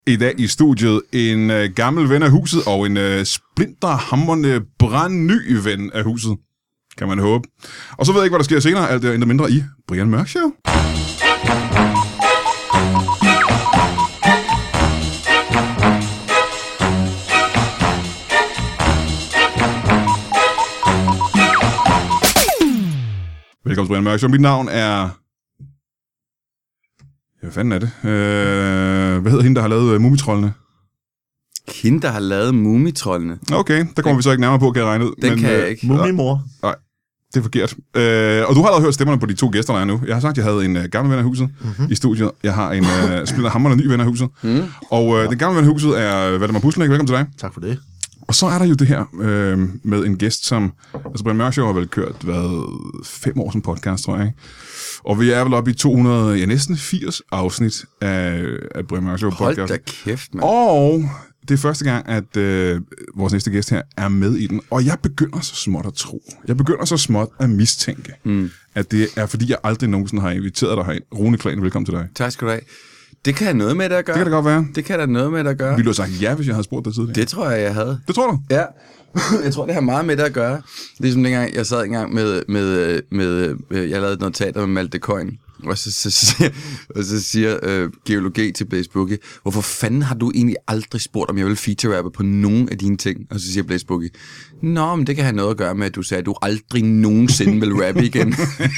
I dag i studiet en gammel ven af huset og en splinterhamrende brandny ven af huset, kan man håbe. Og så ved jeg ikke, hvad der sker senere, alt det endda mindre i Brian Mørk Show. Velkommen til Brian Mørk Show. Mit navn er... Hvad fanden er det? Hvad hedder hende, der har lavet Mumitrollene? Hende, der har lavet Mumitrollene? Okay, der kommer vi så ikke nærmere på, kan jeg regne ud. Den kan jeg ikke. Mumimor? Nej, det er forkert. Og du har allerede hørt stemmerne på de to gæster, der er nu. Jeg har sagt, at jeg havde en gammel ven af huset i studiet. Jeg har en splinterhamrende ny ven af huset. Og den gamle ven af huset er Valdemar Puslæk. Velkommen til dig. Tak for det. Og så er der jo det her med en gæst, som... Altså, Brian Mørk Show har vel kørt, 5 år som podcast, tror jeg, ikke? Og vi er vel oppe i 200, ja, næsten 80 afsnit af Brian Mørk Show podcast. Hold da kæft, mand. Og det er første gang, at vores næste gæst her er med i den. Og jeg begynder så småt at tro. Jeg begynder så småt at mistænke, at det er, fordi jeg aldrig nogensinde har inviteret dig herind. Rune Klan, velkommen til dig. Tak skal du have. Det kan have noget med det at gøre. Det kan det godt være. Det kan der noget med det at gøre. Ville du have sagt ja, hvis jeg havde spurgt dig tidligere? Det tror jeg havde. Det tror du? Ja. Jeg tror, det har meget med det at gøre. Ligesom dengang, jeg sad engang med jeg lavede noget teater med Malte Coyne, og så siger geologi til Blaze Boogie, hvorfor fanden har du egentlig aldrig spurgt, om jeg vil feature-rappe på nogen af dine ting? Og så siger Blaze Boogie, nå, men det kan have noget at gøre med, at du sagde, at du aldrig nogensinde vil rappe igen.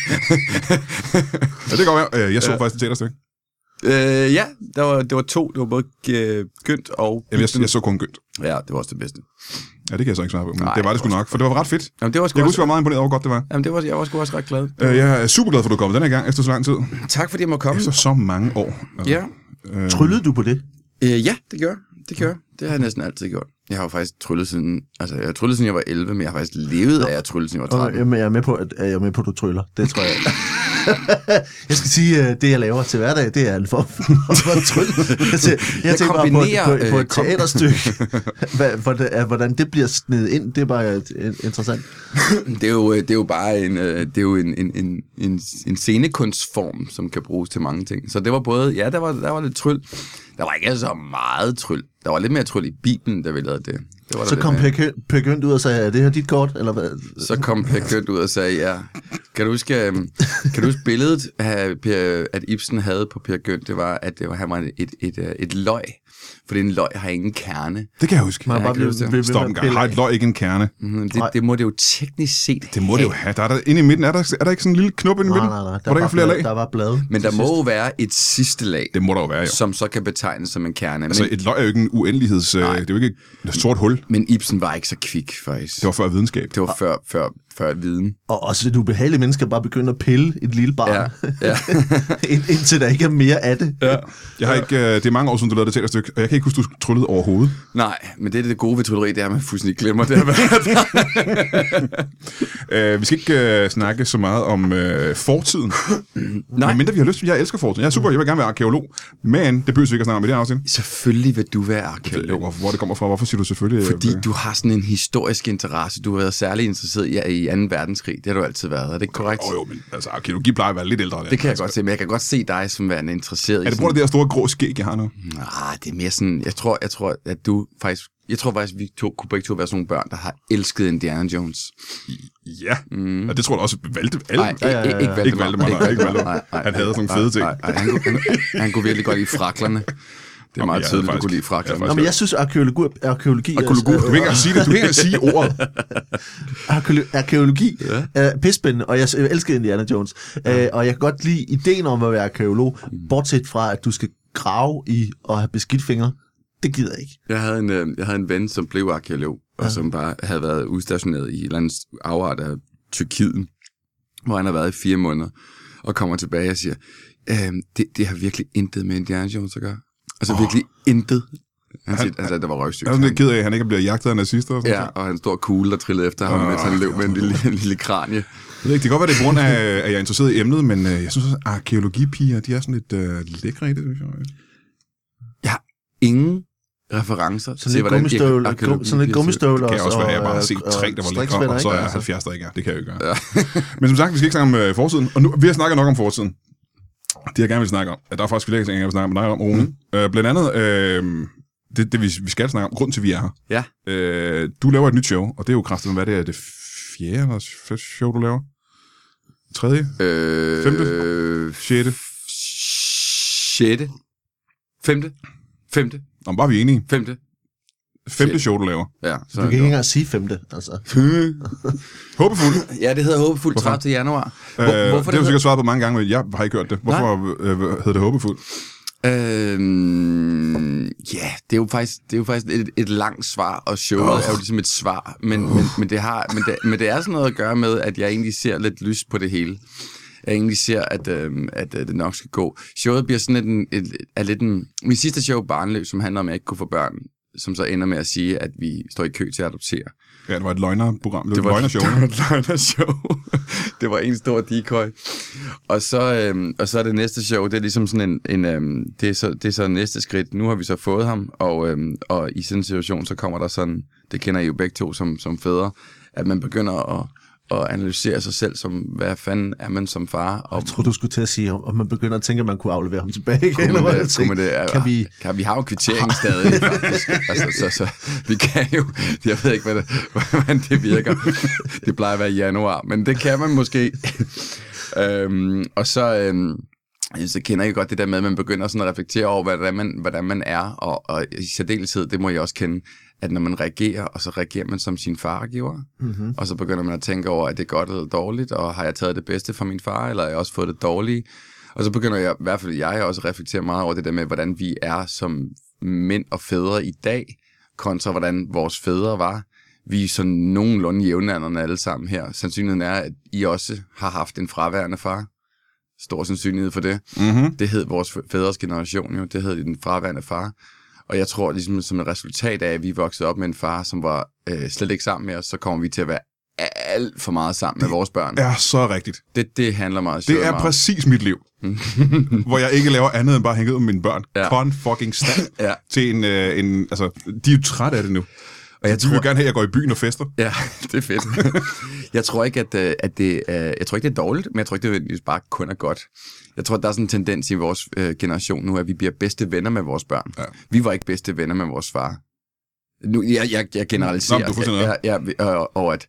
Ja, det kan godt være. Jeg så faktisk et teaterstykke. Ja, det var 2. Det var både Gynt og... Jeg så kun Gynt. Ja, det var også det bedste. Ja, det kan jeg så ikke svare på, men Nej, det var det sgu nok, for det var ret fedt. Jamen, det var jeg husker, jeg var meget imponeret over, hvor godt det var. Jamen, jeg var sgu også ret glad. Jeg er super glad for, at du kom den her gang efter så lang tid. Tak fordi jeg måtte komme. Efter så mange år. Ja. Tryllede du på det? Ja, det gør. Det har jeg næsten altid gjort. Jeg har jo faktisk tryllet siden... Altså, jeg har tryllet siden jeg var 11, men jeg har faktisk levet af at trylle siden jeg var 13. Jamen, jeg er med på, at du tryller. Det tror jeg. Jeg skal sige, at det, jeg laver til hverdag, det er en form for tryl. Jeg tænker bare på et teaterstykke. Hvordan det bliver snedet ind, det er bare interessant. Det er jo bare en scenekunstform, som kan bruges til mange ting. Så det var både... Ja, der var lidt tryl. Der var ikke så meget tryl. Der var lidt mere tryl i Bibelen, da vi lavede det. Så kom Per Gynt ud og sagde, er det her dit kort? Eller hvad? Så kom Per Gynt ud og sagde, ja. Kan du huske billedet, at Ibsen havde på Per Gynt? Det var, at han var et løg. Fordi en løg har ingen kerne. Det kan jeg huske. Stop en gang. Har et løg ikke en kerne? Det må det jo teknisk set Det må det jo have. Der inde i midten, er der ikke sådan en lille knop inde i midten? Nej. Der er flere lag? Der var blade. Men der må jo være et sidste lag. Det må der jo være, jo. Som så kan betegnes som en kerne. Altså, et løg er jo ikke en uendeligheds... det er jo ikke et sort hul. Men Ibsen var ikke så kvik, faktisk. Det var før videnskab. Det var før viden. Og også et ubehageligt menneske bare begynder at pille et lille barn. Ja. Indtil der ikke er mere af det. Ja. Jeg har ikke, det er mange år siden, du lavede det teaterstykke, og jeg kan ikke huske, du tryllede overhovedet. Nej, men det er det gode ved trylleri, det er, at man fuldstændig glemmer det. Vi skal ikke snakke så meget om fortiden. Nej. Men mindre vi har lyst til, jeg elsker fortiden. Jeg er super, jeg vil gerne være arkeolog, men det behøver vi ikke at snakke om i det her afsnit. Selvfølgelig vil du være arkeolog. Hvor det kommer fra, hvorfor siger du selvfølgelig? Fordi du har sådan en historisk interesse. Du har været særlig interesseret i 2. verdenskrig. Det har du altid været. Er det ikke korrekt? Jo, men altså, arkeologi plejer at være lidt ældre. Det kan jeg godt se, men jeg kan godt se dig som værende interesseret i... Er det på det der store grå skæg, jeg har nu? Nej, det er mere sådan... Jeg tror, at du faktisk... Jeg tror faktisk, vi kunne begge to være sådan nogle børn, der har elsket Indiana Jones. Ja, og det tror jeg også Valte. Nej, ikke Valdemar. Han havde sådan nogle fede ting. Han kunne virkelig godt lide fraklerne. Det er meget tydeligt, du kunne lide fraklerne. Nå, men jeg synes, arkeologi... Du kan ikke engang sige det. Du kan ikke engang sige ordet. Arkeologi er pissespændende, og jeg elsker Indiana Jones. Og jeg kan godt lide ideen om at være arkeolog, bortset fra, at du skal grave i og have beskidt fingre. Det gider jeg ikke. Jeg havde en ven, som blev arkeolog, og som bare havde været udstationeret i et eller andet afart af Tyrkiet, hvor han har været i 4 måneder, og kommer tilbage og siger, det har virkelig intet med Indiana Jones at gøre. Altså virkelig intet. Han siger, altså, der var røgsygt. Jeg er sådan lidt ked af, at han ikke bliver jagtet af nazister. Og ja, og en stor kugle, der trillede efter ham, mens han løb med en lille kranie. Jeg ved ikke, det kan godt være, det er på grund af, at jeg er interesseret i emnet, men jeg synes også, at arkeologipiger, de er sådan lidt lækre i det, synes jeg. Jeg har ingen referencer til, hvordan sådan et gummistøvler. Det kan jeg også være, jeg bare har set 3, der var lækre, og så er 70, der ikke er. Det kan jeg jo ikke gøre. Men som sagt, vi skal ikke snakke om fortiden, og nu, vi har snakket nok om fortiden. Det jeg gerne vil snakke om. Der er faktisk flere ting, jeg vil snakke med dig om, Rune. Blandt andet, det vi skal snakke om, grunden til, at vi er her. Ja. Du laver et nyt show, og det er jo kraftigt, hvad det er, det fjerde eller første show, du laver? Tredje? Femte? Sjette? Sjette? Femte? Nå, bare vi er enige. Femte show, du laver. Ja. Så du kan ikke engang sige femte, altså. Håbefuld. Ja, det hedder Håbefuld 30. januar. Hvorfor det har du sikkert svaret på mange gange, men jeg har ikke hørt det. Hvorfor hedder det Håbefuld? Ja, det er jo faktisk et langt svar, og showet er jo ligesom et svar, men det er sådan noget at gøre med, at jeg egentlig ser lidt lys på det hele. Jeg egentlig ser, at det nok skal gå. Showet bliver sådan lidt en... Min sidste show, Barnløs, som handler om, at jeg ikke kunne få børn, som så ender med at sige, at vi står i kø til at adoptere. Ja, det var et løgnerprogram. Det var et løgnershow. Det var en stor decoy. Og så er det næste show, det er ligesom sådan det er så næste skridt. Nu har vi så fået ham, og i sådan en situation, så kommer der sådan, det kender I jo begge to som fædre, at man begynder at analysere sig selv som, hvad fanden er man som far? Og jeg tror du skulle til at sige, om man begynder at tænke, at man kunne aflevere ham tilbage. Vi har jo kvittering stadig, faktisk. Altså, så vi kan jo, jeg ved ikke, hvordan det virker. Det plejer at være i januar, men det kan man måske. Og så kender jeg godt det der med, at man begynder sådan at reflektere over, hvordan man er, og i særdeleshed, det må jeg også kende, at når man reagerer, og så reagerer man som sin far giver, og så begynder man at tænke over, er det godt eller dårligt, og har jeg taget det bedste fra min far, eller har jeg også fået det dårlige? Og så begynder jeg, i hvert fald jeg også at reflektere meget over det der med, hvordan vi er som mænd og fædre i dag, kontra hvordan vores fædre var. Vi er sådan nogenlunde jævnaldrende alle sammen her. Sandsynligheden er, at I også har haft en fraværende far. Stor sandsynlighed for det. Det hed vores fædres generation jo, det hed den fraværende far. Og jeg tror ligesom som et resultat af, at vi voksede op med en far, som var slet ikke sammen med os, så kommer vi til at være alt for meget sammen med vores børn. Det er så rigtigt. Det handler meget. Det er meget. Præcis mit liv. Hvor jeg ikke laver andet end bare hænge ud med mine børn. Ja. Fucking stand til en altså, de er jo trætte af det nu. Og jeg tror gerne have, at jeg går i byen og fester. Ja, det er fedt. Jeg tror ikke, at det er dårligt, men jeg tror ikke, det bare kun er godt. Jeg tror, at der er sådan en tendens i vores generation nu, at vi bliver bedste venner med vores børn. Ja. Vi var ikke bedste venner med vores far. Nu, jeg generaliserer.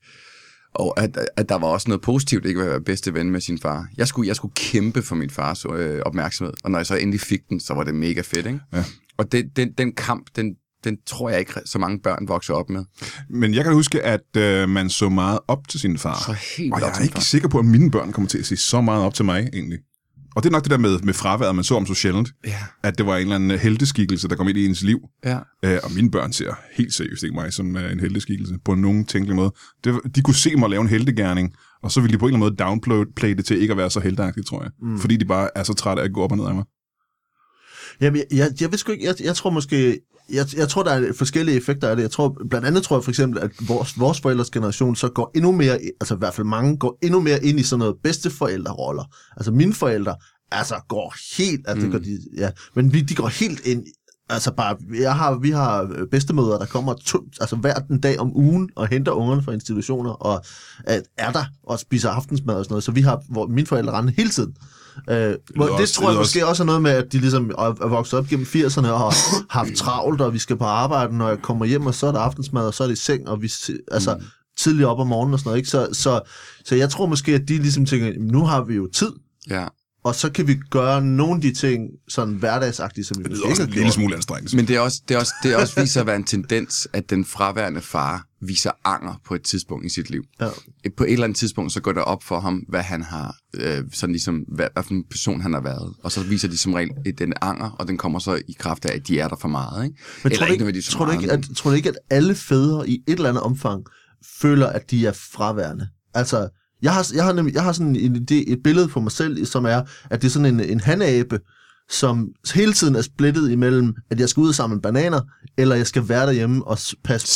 Og at der var også noget positivt, ikke at være bedste ven med sin far. Jeg skulle kæmpe for min fars opmærksomhed, og når jeg så endelig fik den, så var det mega fedt, ikke? Ja. Og den kamp, den tror jeg ikke så mange børn vokser op med. Men jeg kan huske, at man så meget op til sin far. Og jeg er ikke sikker på, at mine børn kommer til at se så meget op til mig, egentlig. Og det er nok det der med fraværet, man så om så sjældent. Ja. At det var en eller anden helteskikkelse, der kom ind i ens liv. Ja. Og mine børn ser helt seriøst ikke mig som en helteskikkelse på nogen tænkelig måde. De kunne se mig lave en heltegerning, og så ville de på en eller anden måde downplay det til ikke at være så helteagtigt, tror jeg. Fordi de bare er så trætte af at gå op og ned af mig. Jamen, jeg ved sgu ikke, jeg tror måske... Jeg tror, der er forskellige effekter af det. Blandt andet tror jeg for eksempel, at vores forældres generation så går endnu mere, altså i hvert fald mange, går endnu mere ind i sådan noget bedsteforældreroller. Altså mine forældre, altså går helt, altså det går de, ja, men de går helt ind, altså bare, vi har bedstemødre, der kommer altså hver den dag om ugen og henter ungerne fra institutioner og er der og spiser aftensmad og sådan noget, så vi har, mine forældre render hele tiden. Det tror jeg måske også er noget med, at de ligesom er vokset op gennem 80'erne og har haft travlt, og vi skal på arbejde, når jeg kommer hjem, og så er der aftensmad, og så er det i seng, og vi tidligt op om morgenen og sådan noget, ikke? Så jeg tror måske, at de ligesom tænker, nu har vi jo tid, og så kan vi gøre nogle af de ting sådan hverdagsagtige, som vi måske ikke har gjort. En lille smule anstrengelse. Men det er også viser at være en tendens, at den fraværende far viser anger på et tidspunkt i sit liv. Ja. På et eller andet tidspunkt, så går det op for ham, hvad han har, sådan ligesom, hvad for en person han har været. Og så viser de som regel den anger, og den kommer så i kraft af, at de er der for meget. Ikke? Men tror du ikke, at alle fædre i et eller andet omfang føler, at de er fraværende? Altså, jeg har sådan et billede på mig selv, som er, at det er sådan en hanabe, som hele tiden er splittet imellem, at jeg skal ud og samle bananer, eller jeg skal være derhjemme og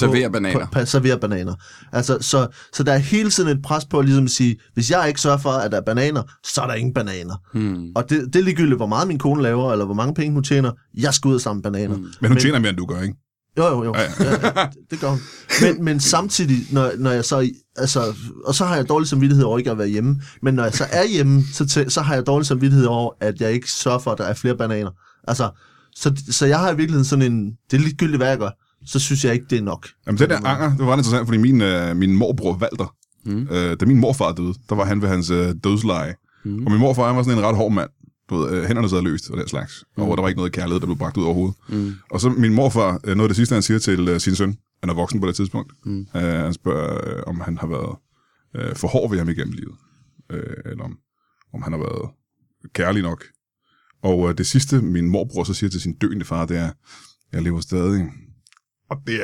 servere bananer. Altså, så der er hele tiden et pres på at ligesom sige, hvis jeg ikke sørger for, at der er bananer, så er der ingen bananer. Og det er ligegyldigt, hvor meget min kone laver, eller hvor mange penge hun tjener, jeg skal ud og samle bananer. Men hun tjener mere, end du gør, ikke? Jo. Ja, det gør hun. Men samtidig, når jeg så... Altså, og så har jeg dårlig samvittighed over ikke at være hjemme. Men når jeg så er hjemme, så har jeg dårlig samvittighed over, at jeg ikke sørger for, at der er flere bananer. Altså, så jeg har i virkeligheden sådan en... Det er ligegyldigt, hvad jeg gør. Så synes jeg ikke, det er nok. Jamen, det der anger, det var ret interessant, fordi min morbror Walter, da min morfar døde, der var han ved hans dødsleje. Og min morfar var sådan en ret hård mand. Du ved, hænderne sad løst og den slags. Og der var ikke noget kærlighed, der blev bragt ud overhovedet. Og så min morfar, noget af det sidste, han siger til sin søn, han er voksen på det tidspunkt, han spørger, om han har været for hård ved ham igennem livet. Eller om han har været kærlig nok. Og det sidste, min morbror så siger til sin døende far, det er, jeg lever stadig. Og det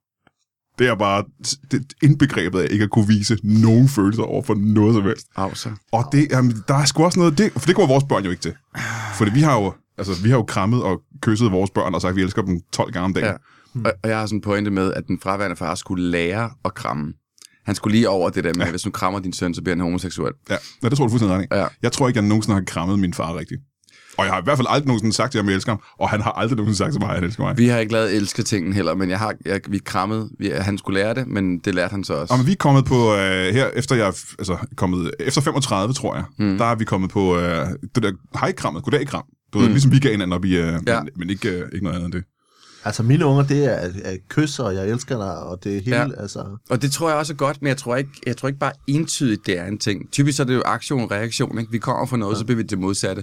er bare indbegrebet af ikke at kunne vise nogen følelser over for noget som helst. Og der er sgu også noget, for det går vores børn jo ikke til. Fordi vi har jo krammet og kysset vores børn og sagt, at vi elsker dem 12 gange om dagen. Ja. Og jeg har sådan en pointe med, at den fraværende far skulle lære at kramme. Han skulle lige over det der med, hvis du krammer din søn, så bliver han homoseksuel. Ja, det tror du fuldstændig ret i. Ja. Jeg tror ikke, jeg nogensinde har krammet min far rigtigt. Og jeg har i hvert fald aldrig nogensinde sagt til ham, at jeg elsker ham, og han har aldrig nogensinde sagt til mig, at han elsker mig. Vi har ikke lavet elsketingen heller, men vi krammede. Han skulle lære det, men det lærte han så også. Og men vi er kommet på, her efter efter 35, tror jeg, der er vi kommet på det der hej-krammet, goddag-kram. Du ved, ligesom vi gav hinanden op i, men ikke noget andet end det. Altså mine unger, det er kys, og jeg elsker dig, og det er hele, altså... Og det tror jeg også er godt, men jeg tror ikke bare entydigt, det er en ting. Typisk så er det jo aktion og reaktion, ikke? Vi kommer fra noget, så bliver vi det modsatte.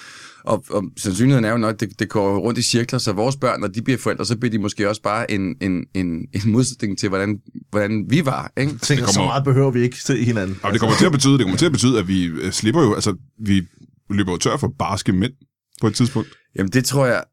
Og sandsynligheden er jo nok, det går rundt i cirkler, så vores børn, når de bliver forældre, så bliver de måske også bare en modsætning til, hvordan vi var. Ikke? Så meget behøver vi ikke til hinanden. Og det kommer til at betyde, at vi slipper jo, altså vi løber jo tør for barske mænd på et tidspunkt. Jamen det tror jeg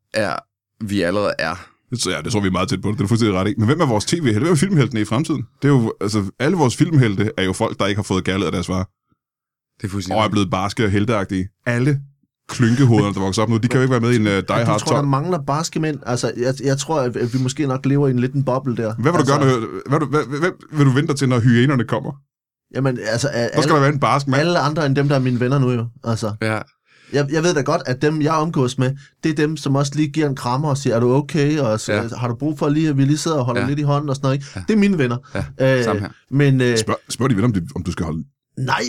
vi allerede er. Det tror vi er meget tæt på det, det er du fuldstændig ret i. Men hvem er vores tv-helte? Hvem er filmheltene i fremtiden? Det er jo, altså alle vores filmhelte er jo folk, der ikke har fået kærlighed af deres far. Det er fuldstændig. Og er blevet barske og helteagtige. Alle klynkehovederne, der vokser op nu, de kan jo ikke være med i en Die Hard 12. Jeg tror, der mangler barske mænd. Altså, jeg tror, at vi måske nok lever i en lidt en boble der. Hvad vil du gøre, hvad vil du vente til, når hyænerne kommer? Jamen, altså... Der skal der være en barsk mand. Alle andre end dem, der er mine venner nu jo. Altså. Ja. Jeg ved da godt, at dem, jeg omgås med, det er dem, som også lige giver en krammer og siger, er du okay? Og har du brug for at vi lige sidder og holder lidt i hånden og sådan noget, ikke? Ja. Det er mine venner. Ja, samme her. Men, spørg de venner, om du skal holde... Nej,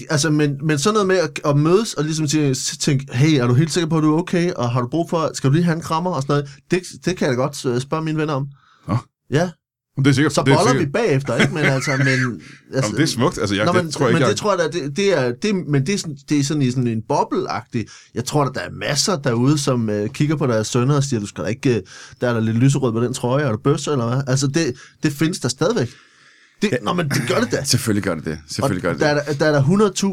men sådan noget med at mødes og ligesom tænke, hey, er du helt sikker på, at du er okay? Og har du brug for, skal du lige have en krammer og sådan noget? Det kan jeg da godt spørge mine venner om. Ja. Det er sikkert, så boller vi bagefter, ikke? Men altså, det er smukt. Altså, det tror jeg ikke. Men det tror jeg, det er sådan i sådan en bobbelagtig. Jeg tror, der er masser derude, som kigger på deres sønner og siger, du skal da ikke, der er der lidt lyserød på den trøje, er du bøsse eller hvad? Altså, det findes der stadigvæk. Men det gør det da. Selvfølgelig gør det det. Der er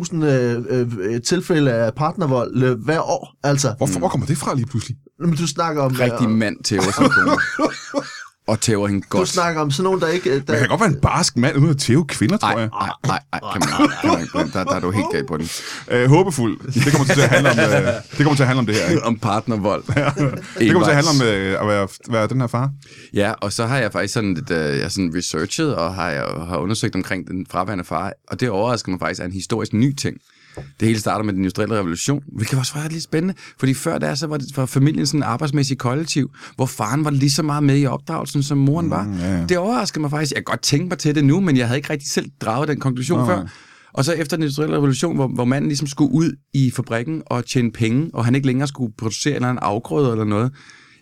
der 100.000 tilfælde af partnervold hver år. Altså. Hvor kommer det fra lige pludselig? Men du snakker om... Rigtig mand til sin kone. Og tæver hende godt. Du snakker om sådan nogen, der ikke... Men kan godt være en barsk mand uden at tæve kvinder, tror jeg. Nej, der er du helt galt på den. Håbefuld. Det kommer til at handle om det her, ikke? Om partnervold. Det kommer til at handle om at være den her far. Ja, og så har jeg faktisk sådan lidt, researchet, og har undersøgt omkring den fraværende far, og det overrasker mig faktisk, er en historisk ny ting. Det hele starter med den industrielle revolution. Det kan også være lidt spændende, fordi før der så var familien sådan en arbejdsmæssig kollektiv, hvor faren var lige så meget med i opdragelsen, som moren var. Ja. Det overraskede mig faktisk. Jeg kan godt tænke mig til det nu, men jeg havde ikke rigtig selv draget den konklusion før. Og så efter den industrielle revolution, hvor manden ligesom skulle ud i fabrikken og tjene penge, og han ikke længere skulle producere en eller anden afgrøde eller noget,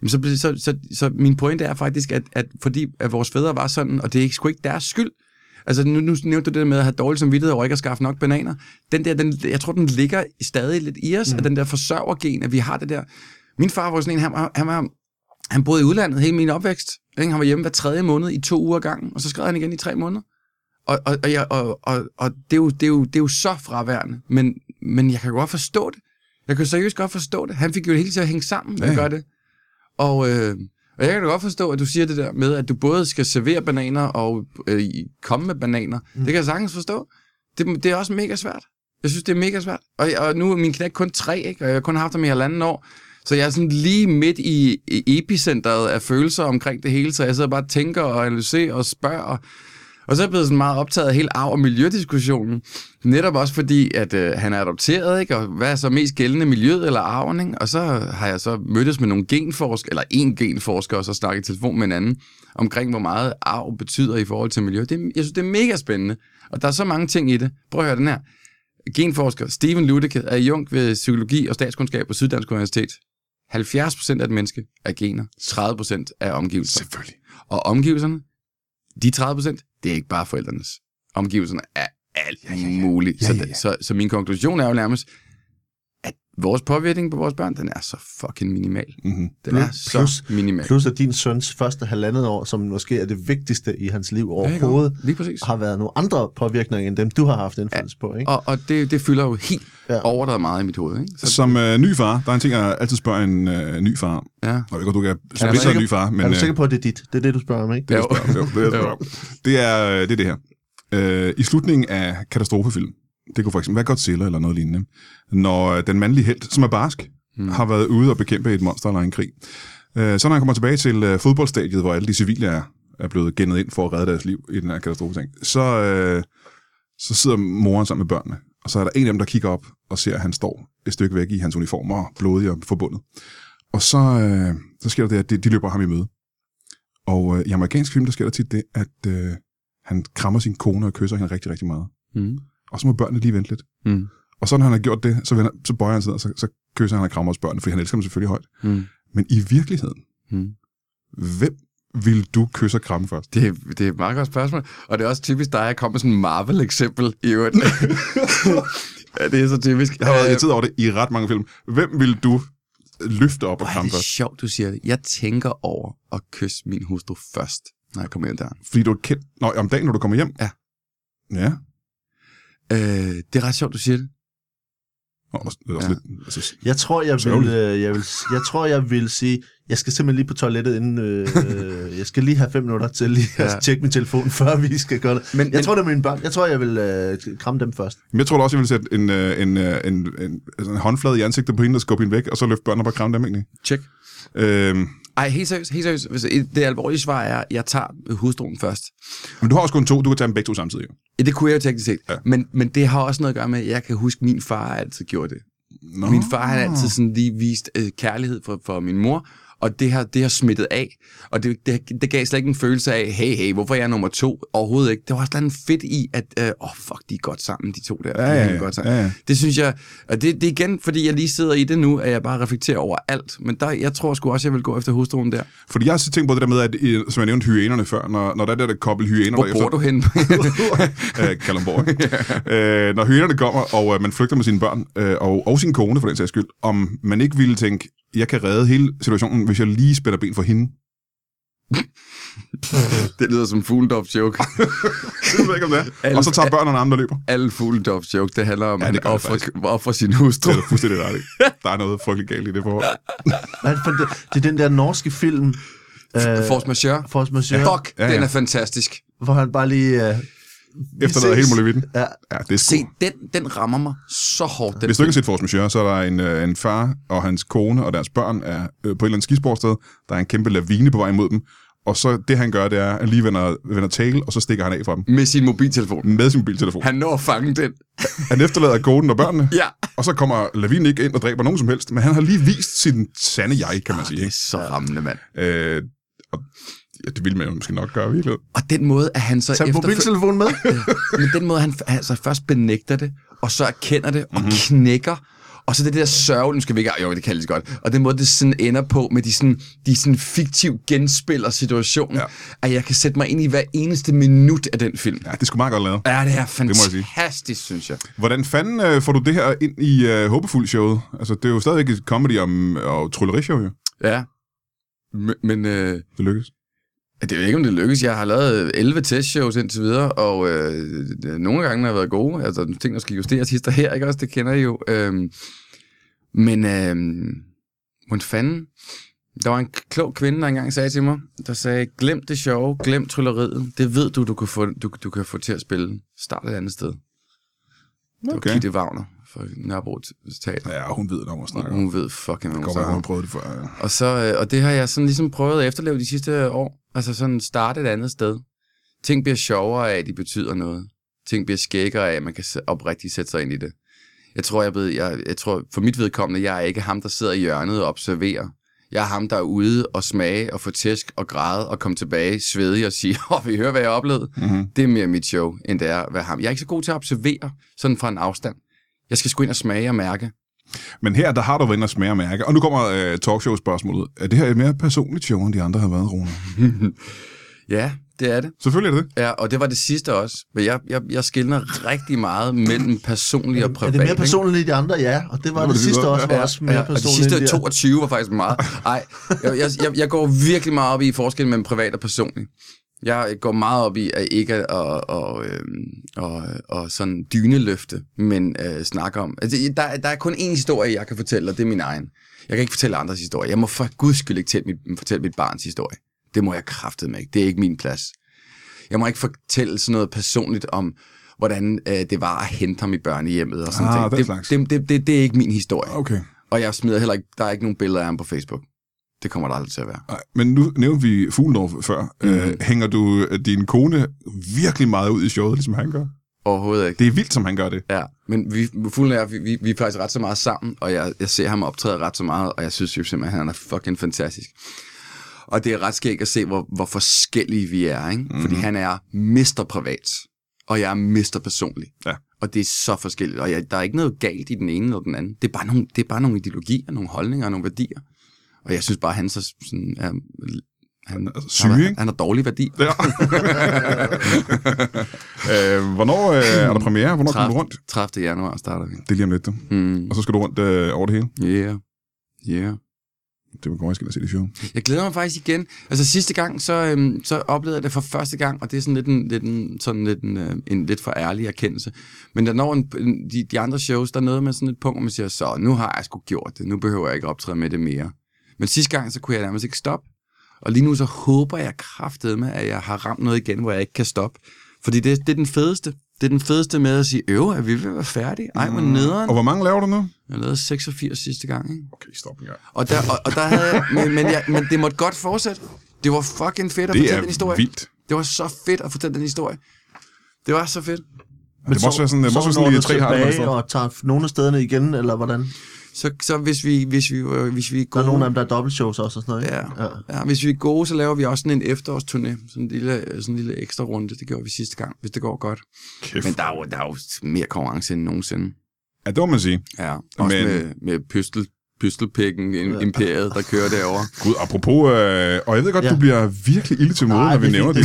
så min pointe er faktisk, at fordi at vores fædre var sådan, og det er sgu ikke deres skyld. Altså, nu nævnte du det med at have dårlig samvittighed over ikke at skaffe nok bananer. Jeg tror, den ligger stadig lidt i os, at den der forsørgergen, at vi har det der. Min far var sådan en, han boede i udlandet hele min opvækst. Han var hjemme hver 3. måned i 2 uger gangen, og så skrev han igen i 3 måneder. Og det er jo så fraværende, men jeg kan godt forstå det. Jeg kan seriøst godt forstå det. Han fik jo det hele til at hænge sammen, når jeg gør det. Og jeg kan da godt forstå, at du siger det der med, at du både skal servere bananer og komme med bananer. Det kan jeg sagtens forstå. Det er også mega svært. Jeg synes, det er mega svært. Og nu er min knæk kun 3, ikke? Og jeg har kun haft ham i 1,5 år. Så jeg er sådan lige midt i epicentret af følelser omkring det hele, så jeg sidder bare og tænker og analyserer og spørger. Og så er jeg blevet sådan meget optaget af hele arv- og miljødiskussionen. Netop også fordi, at han er adopteret, ikke? Og hvad er så mest gældende, miljøet eller arven, ikke? Og så har jeg så mødtes med nogle genforskere, eller en genforsker, og så snakket i telefon med en anden, omkring hvor meget arv betyder i forhold til miljø. Jeg synes, det er mega spændende. Og der er så mange ting i det. Prøv at høre den her. Genforsker Steven Ludeke er adjunkt ved psykologi og statskundskab på Syddansk Universitet. 70% af et menneske er gener, 30% er omgivelser. Selvfølgelig. Og omgivelserne, de 30%, det er ikke bare forældrenes. Omgivelserne er alt muligt. Så min konklusion er jo nærmest, at vores påvirkning på vores børn, den er så fucking minimal. Mm-hmm. Den er så minimal. Plus at din søns første 1,5 år, som måske er det vigtigste i hans liv overhovedet, har været nogle andre påvirkninger, end dem du har haft indflydelse på. Ikke? Og det fylder jo helt overdrevet meget i mit hoved. Ikke? Som ny far, der er en ting, jeg altid spørger en ny far. Ja. Og jeg du kan spørge en ny far. Men, er du sikker på, at det er dit? Det er det, du spørger om, ikke? Det er det her. I slutningen af katastrofefilm, det kunne for eksempel være Godzilla eller noget lignende, når den mandlige helt, som er barsk, har været ude og bekæmpe et monster eller en krig. Så når han kommer tilbage til fodboldstadiet, hvor alle de civile er blevet gennet ind for at redde deres liv i den her katastrofeting, så sidder moren sammen med børnene, og så er der en af dem, der kigger op og ser, at han står et stykke væk i hans uniform og blodig og forbundet. Og så sker der det, at de løber ham i møde. Og i amerikansk film, der sker der tit det, at han krammer sin kone og kysser hende rigtig, rigtig meget. Mm. Og så må børnene lige vente lidt. Mm. Og så når han har gjort det, så bøjer han sig ned, og så kysser han og krammer også børnene, fordi han elsker dem selvfølgelig højt. Mm. Men i virkeligheden, hvem vil du kysse og kramme først? Det er et meget godt spørgsmål. Og det er også typisk dig, at komme med sådan en Marvel-eksempel i øvrigt. Ja, det er så typisk. Jeg har været irriteret over det i ret mange film. Hvem vil du løfte op og kramme først? Det er sjovt, du siger det. Jeg tænker over at kysse min hustru først, når jeg kommer hjem der. Fordi du er kendt... Nå, om dagen, når du kommer hjem? Ja. Ja. Det er ret sjovt, du siger det. Jeg tror, jeg vil sige, jeg skal simpelthen lige på toilettet inden, jeg skal lige have 5 minutter til lige at tjekke min telefon, før vi skal gøre det. Men jeg tror, det er mine børn. Jeg tror, jeg vil kramme dem først. Men jeg tror også, jeg vil sætte en håndflade i ansigtet på hende, og skubbe hende væk, og så løfte børnene og bare kramme dem egentlig. Check. Ej, helt seriøst. Det alvorlige svar er, at jeg tager hustruen først. Men du har også kun 2, du kan tage dem begge 2 samtidig. Ja, det kunne jeg jo teknisk set. Ja. Men det har også noget at gøre med, at jeg kan huske, at min far altid gjorde det. Nå. Min far har altid sådan lige vist kærlighed for min mor, og det har smittet af. Og det gav slet ikke en følelse af, hey, hvorfor er jeg nummer 2? Overhovedet ikke. Det var også lidt fedt i, at fuck, de er godt sammen, de 2 der. Ja. Godt sammen. Ja. Det synes jeg, og det er igen, fordi jeg lige sidder i det nu, at jeg bare reflekterer over alt. Men jeg tror sgu også, jeg vil gå efter hustruen der. Fordi jeg har tænkt på det der med, at, som jeg nævnte hyænerne før, når der er det der kobbel hyæner... Hvor bor du henne? Kalundborg. Når hyænerne kommer, og man flygter med sine børn, og sin kone for den sags skyld, om man ikke ville tænke, jeg kan redde hele situationen, hvis jeg lige spænder ben for hende. Det lyder som Fuglendorfs joke. Det ved ikke om det er. Og så tager børnene andre, der løber. Alle Fuglendorfs joke, det handler om at ofre sin hustru. Det er fuldstændig ret. Der er noget frygteligt galt i det forhold. Det er den der norske film. Force Majeure. Fuck, den er fantastisk. Hvor han bare lige... Efterlader hele muligheden. Ja, det er se, den rammer mig så hårdt. Hvis du ikke har set Force Majeure, så er der en far og hans kone og deres børn er på et eller andet skisportsted. Der er en kæmpe lavine på vej imod dem. Og så det, han gør, det er, at lige vender tail, og så stikker han af fra dem. Med sin mobiltelefon. Han når at fange den. Han efterlader konen og børnene. Ja. Og så kommer lavinen ikke ind og dræber nogen som helst. Men han har lige vist sin sande jeg, kan man sige. Det er så rammende, mand. Det ville man jo måske nok gøre virkelig. Og den måde, at han så... Tag mobiltelefonen med. Men den måde, han altså først benægter det, og så erkender det, og knækker, og så det der sørge, nu skal vi ikke... Jo, det kan jeg lige så godt. Og den måde, det sådan ender på, med de sådan fiktiv genspiller situationen, at jeg kan sætte mig ind i hver eneste minut af den film. Ja, det er sgu meget godt lavet. Ja, det er fantastisk, synes jeg. Hvordan fanden får du det her ind i Håbefuld-showet? Altså, det er jo stadigvæk et comedy og tryllerishow, jo. Ja, men... Det lykkes. Det er jo ikke, om det lykkes. Jeg har lavet 11 testshows indtil videre, og nogle gange har været gode. Altså, ting, der skal justeres hister her, ikke også? Det kender I jo. Men hvordan fanden? Der var en klog kvinde, der engang sagde til mig, der sagde, glem det sjove, glem trylleriet. Det ved du kan få til at spille. Start et andet sted. Det var Gitte Wagner fra Nørrebro Teater. Ja, hun ved nok, hvad snakker. Hun ved fucking, hvad hun snakker. Hun har prøvet det før, ja. Og det har jeg sådan ligesom prøvet at efterleve de sidste år. Altså sådan starte et andet sted. Ting bliver sjovere af, at de betyder noget. Ting bliver skækkere af, at man kan oprigtigt sætte sig ind i det. Jeg tror for mit vedkommende, jeg er ikke ham, der sidder i hjørnet og observerer. Jeg er ham, der er ude og smage og få tæsk og græde og komme tilbage svedig og sige, vi hører, hvad jeg oplevede. Mm-hmm. Det er mere mit show, end det er at være ham. Jeg er ikke så god til at observere sådan fra en afstand. Jeg skal sgu ind og smage og mærke. Men her, der har du været inde og smage og mærke. Og nu kommer talkshow-spørgsmålet. Er det her et mere personligt show, end de andre har været, Rune? Ja, det er det. Selvfølgelig er det. Ja, og det var det sidste også. Men jeg skelner rigtig meget mellem personligt og privat. Er det mere personligt end de andre? Ja, og det var det sidste også. Var også mere personligt. Og de sidste 22 var faktisk meget. Nej, jeg går virkelig meget op i forskellen mellem privat og personligt. Jeg går meget op i at ikke og sådan dyneløfte, men snakke om. Altså, der er kun én historie, jeg kan fortælle, og det er min egen. Jeg kan ikke fortælle andres historie. Jeg må for guds skyld ikke fortælle mit barns historie. Det må jeg kraftedeme ikke. Det er ikke min plads. Jeg må ikke fortælle sådan noget personligt om, hvordan det var at hente ham i børnehjemmet og sådan ting. Det er ikke min historie. Okay. Og jeg smider heller ikke, der er ikke nogen billeder af ham på Facebook. Det kommer der aldrig til at være. Nej, men nu nævnte vi Fuglendorf før. Hænger du din kone virkelig meget ud i showet, ligesom han gør? Overhovedet ikke. Det er vildt, som han gør det. Ja, men vi er faktisk ret så meget sammen, og jeg ser ham optræde ret så meget, og jeg synes jo simpelthen, han er fucking fantastisk. Og det er ret skægt at se, hvor forskellige vi er, ikke? Mm-hmm. Fordi han er mister privat, og jeg er mister personlig. Ja. Og det er så forskelligt, og der er ikke noget galt i den ene eller den anden. Det er bare nogle ideologier, nogle holdninger og nogle værdier. Og jeg synes bare, han så sådan er... Han har dårlig værdi. Ja. Hvornår er der premiere? Hvornår kommer du rundt? 30. januar starter vi. Det er lige om lidt, du. Og så skal du rundt over det hele? Yeah. Det vil godt, jeg skal se det show. Jeg glæder mig faktisk igen. Altså sidste gang, så oplevede jeg det for første gang, og det er sådan en lidt for ærlig erkendelse. Men der når de andre shows, der er noget med sådan et punkt, hvor man siger, så nu har jeg sgu gjort det. Nu behøver jeg ikke optræde med det mere. Men sidste gang, så kunne jeg nærmest ikke stoppe. Og lige nu så håber jeg kraftedeme, at jeg har ramt noget igen, hvor jeg ikke kan stoppe. Fordi det er den fedeste. Det er den fedeste med at sige, er vi ved at være færdige? Ej, hvor nederen. Og hvor mange laver du nu? Jeg lavede 86 sidste gang, ikke? Okay, stop en gang. Og der havde jeg, men det måtte godt fortsætte. Det var fucking fedt at fortælle den historie. Det er vildt. Det var så fedt at fortælle den historie. Det var så fedt. Men det må også være sådan lige 3 har og tager nogle af stederne igen, eller hvordan? Så hvis vi er gode... Der er nogle af dem, der er dobbeltshows også og sådan noget, ja, hvis vi er gode, så laver vi også sådan en efterårsturné. Sådan en lille ekstra runde. Det gjorde vi sidste gang, hvis det går godt. Kæft. Men der er jo mere konkurrence end nogensinde. Ja, det må man sige. Ja, også med pystelpikken, imperiet, der kører derovre. Gud, apropos... og jeg ved godt, du bliver virkelig ilde til mode, når vi nævner det.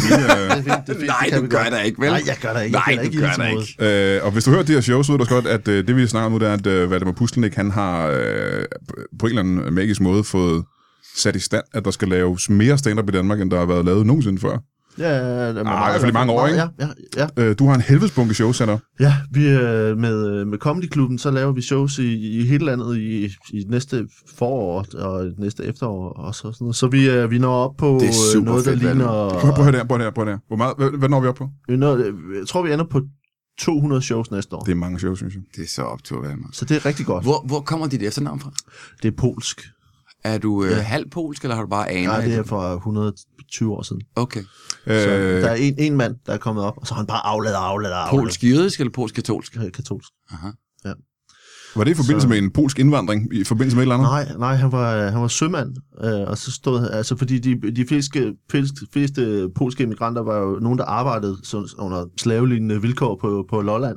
Nej, du gør det ikke, vel? Nej, jeg gør det ikke. Nej, du gør det ikke. Og hvis du hører det her show, så ved du også godt, at det vi snakker om nu, det er, at Valdemar Pustelnik, han har på en eller anden magisk måde fået sat i stand, at der skal laves mere stand-up i Danmark, end der har været lavet nogensinde før. Ja, i hvert fald i mange år, ikke? Ja. Du har en helvedesbunke shows sat op. Ja, vi med Comedy Klubben, så laver vi shows i hele landet i næste forår og næste efterår også. Og sådan noget. Så vi når op på noget, der ligner... Prøv her. Hvor meget, hvad når vi op på? Jeg tror, vi ender på 200 shows næste år. Det er mange shows, synes jeg. Det er så optur, hvad man. Så det er rigtig godt. Hvor kommer dit efternavn fra? Det er polsk. Er du halv polsk, eller har du bare aner? Nej, det er fra 120 år siden. Okay. Så der er en mand, der er kommet op, og så har han bare afladet. Polsk jødisk eller polsk katolsk? Katolsk. Aha. Ja. Var det i forbindelse med en polsk indvandring, i forbindelse med et eller andet? Nej, han var sømand, og så stod altså fordi de fleste polske immigranter var jo nogen, der arbejdede under slavelignende vilkår på Lolland,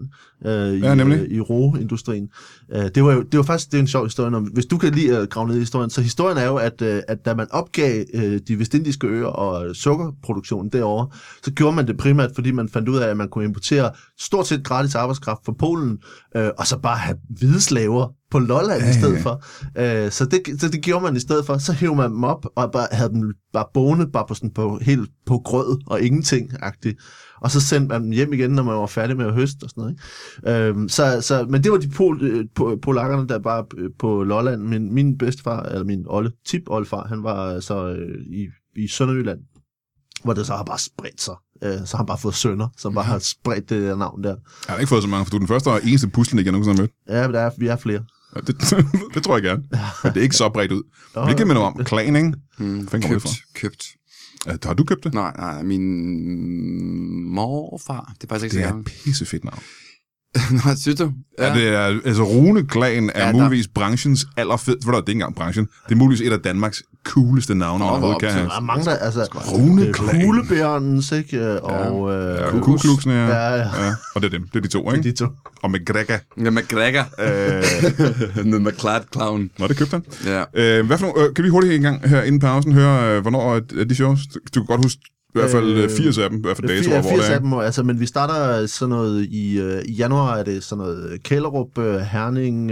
i roeindustrien. Det var faktisk en sjov historie. Hvis du kan lide at grave ned i historien, så historien er jo, at da man opgav de vestindiske øer og sukkerproduktionen derovre, så gjorde man det primært, fordi man fandt ud af, at man kunne importere stort set gratis arbejdskraft fra Polen, og så bare have hvide slaver på Lolland i stedet for. Så det gjorde man i stedet for. Så hævde man dem op og havde dem bare boende helt på grød og ingenting-agtigt. Og så sendte man dem hjem igen, når man var færdig med at høste og sådan noget. Ikke? Men det var de polakkerne, der bare på Lolland. Min bedstefar, eller min tip-oldefar, han var så i Sønderjylland, hvor det så har bare spredt sig. Så har han bare fået sønner, som bare har spredt det der navn der. Jeg har ikke fået så mange, for du er den første og eneste Pustelnik, jeg nogensinde har mødt. Ja, vi er flere. Ja, det tror jeg gerne. Men det er ikke så bredt ud. Det kan man om klan, ikke? Købt. Har du købt det? Nej, min morfar. Det er faktisk ikke så gammelt. Det er et pissefedt navn. Nå, synes du? Ja. Det er, altså Rune Klan er muligvis branchens allerfed. For det er ikke engang branchen. Det er muligvis et af Danmarks cooleste navne, man overhovedet kan have. Der er mange, der, altså... Rune Klan. Kuglebjørnens, ikke? Og... Kugluksen, ja. Og det er dem. Det er de to, ikke? Det er de to. Og McGregor. Ja, McGregor. Med McClad Clown. Nå, det købte han. Ja. Hvad for nogle, kan vi hurtigt en gang her inden pausen høre, hvornår er de shows? Du kan godt huske i hvert fald 80 af dem, i hvert fald dato, hvor det er. 80 af dem, altså, men vi starter sådan noget i januar, er det sådan noget Kælderup, Herning,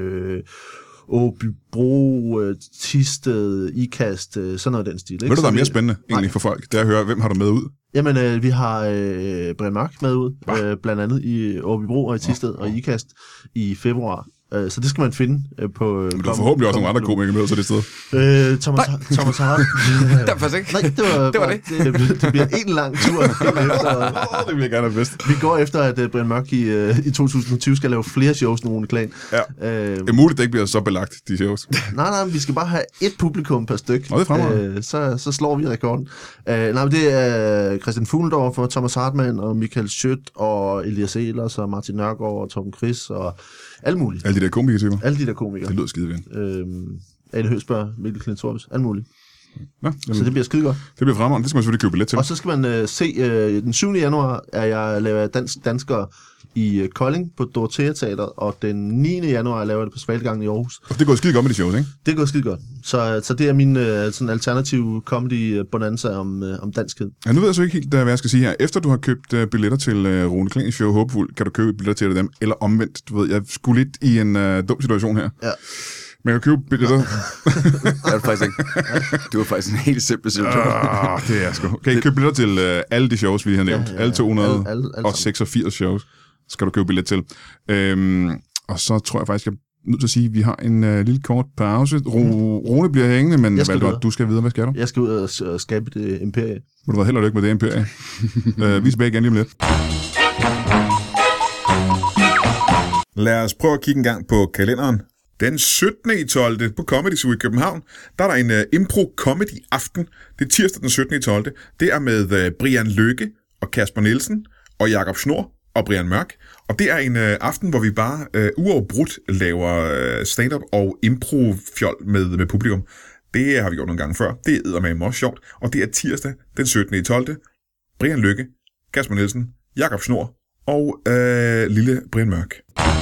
Åbybro, Thisted, Ikast, sådan noget den stil. Ikke? Ved du, der er mere spændende egentlig for folk? Det er at høre, hvem har du med ud? Jamen, vi har Brian Mørk med ud, blandt andet i Åbybro og i Thisted og i Ikast i februar. Så det skal man finde på... Men du har forhåbentlig også nogle andre komikere med, så det sted. Thomas Hart. Det var faktisk ikke. Nej, det var det. Det bliver en lang tur. Det vil jeg gerne have bedst. Vi går efter, at Brian Mørk i 2020 skal lave flere shows end Rune Klan. Ja. Det er muligt, det ikke bliver så belagt, de shows. Nej, vi skal bare have ét publikum per styk. Og det fremad. Så slår vi rekorden. Men det er Christian Fuglendorf og Thomas Hartmann og Michael Schødt og Elias Ehlers og Martin Nørgaard og Tom Chris og alle mulige. Alle de der komikere-typer? Alle de der komikere. Det lyder skidevind. Ane Høgsberg, Mikkel Klintorps, alle mulige. Ja, så det bliver skide godt. Det bliver fremragende. Det skal man selvfølgelig købe billet til. Og så skal man se, den 7. januar laver jeg danskere i Kolding på Dorothea Teatret, og den 9. januar laver jeg det på Svalgangen i Aarhus. Og det går skide godt med de shows, ikke? Det går skide godt. Så det er min sådan alternative comedy bonanza om danskhed. Ja, nu ved jeg så ikke helt, hvad jeg skal sige her. Efter du har købt billetter til Rune Klans show Håbefuld, kan du købe billetter til dem, eller omvendt. Du ved, jeg skulle lidt i en dum situation her. Ja. Men jeg kan købe billetter. Det er faktisk ikke. Du er faktisk en helt simpel situation. Det er sgu. Kan I købe billetter til alle de shows, vi lige har nævnt? Ja. Alle 286 shows skal du købe billet til. Og så tror jeg faktisk, jeg er nødt til at sige, at vi har en lille kort pause. Rune bliver hængende, men Valdemar, du skal videre. Hvad skal du? Jeg skal ud og skabe det imperie. Må du være held og lykke med det imperie. Vi er tilbage igen lige om lidt. Lad os prøve at kigge en gang på kalenderen. Den 17.12. på Comedy Zoo i København, der er der en impro-comedy-aften. Det er tirsdag den 17.12. Det er med Brian Lykke og Kasper Nielsen og Jakob Snor og Brian Mørk. Og det er en aften, hvor vi bare uafbrudt laver stand-up og impro-fjol med publikum. Det har vi gjort nogle gange før. Det er eddermame også sjovt. Og det er tirsdag den 17.12. Brian Lykke, Kasper Nielsen, Jakob Snor og lille Brian Mørk.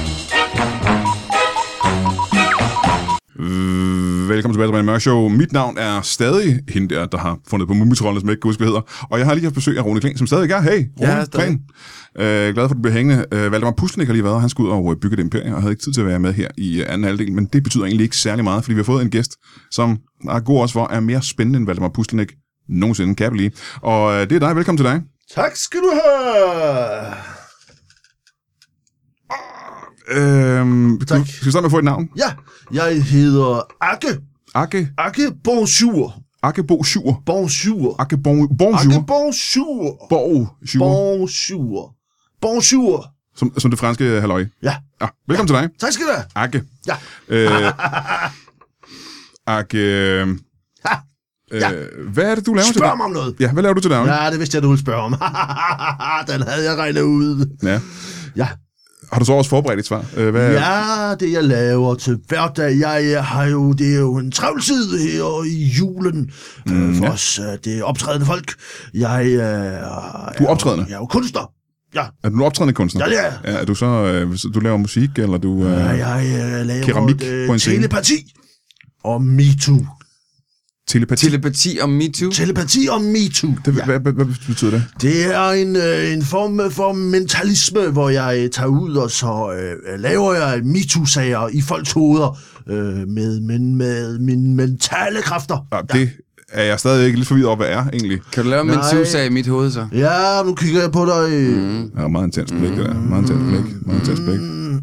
Velkommen tilbage til Brian Mørk Show. Mit navn er stadig hende der har fundet på Mumitrollen, som jeg ikke husker, hvad hedder. Og jeg har lige haft besøg af Rune Klan, som stadig er. Hey, Rune Klan. Glad for, at du bliver hængende. Valdemar Puslenik har lige været, han skulle ud og bygge et imperie, og havde ikke tid til at være med her i anden halvdel, men det betyder egentlig ikke særlig meget, fordi vi har fået en gæst, som er god også for, er mere spændende end Valdemar Puslenik nogensinde, kan jeg lige. Og det er dig. Velkommen til dig. Tak skal du have. Tak. Du skal starte med at få et navn. Ja, jeg hedder Akke. Akke Bonjour. Akke Bonjour. Bonjour. Akke Bonjour. Akke Bonjour. Bonjour. Bonjour. Som det franske halløj. Ja. Velkommen til dig. Tak skal du have. Akke. Ja. Akke. Hvad er det, du laver til? Spørg mig om noget. Ja, hvad laver du til daglig? Ja, det vidste jeg, du ville spørge om. Den havde jeg regnet ud. Ja. Ja. Har du så også forberedt et svar? Ja, det jeg laver til hverdag. Det er jo en travltid her i julen for os. Det er optrædende folk. Du er optrædende? Jeg er jo kunstner. Ja. Er du en optrædende kunstner? Ja, det er. Er du så, du laver musik, eller du jeg laver keramik på en scene? Telepati og MeToo. Telepati og MeToo? Telepati og MeToo. Hvad betyder det? Det er en form for mentalisme, hvor jeg tager ud, og så laver jeg MeToo-sager i folks hoveder med mine mentale kræfter. Ja, det er jeg stadig ikke lidt forvirret over, hvad er egentlig. Kan du lave en MeToo-sag i mit hoved, så? Ja, nu kigger jeg på dig. Ja, meget intens blik, det der. Meget intens blik.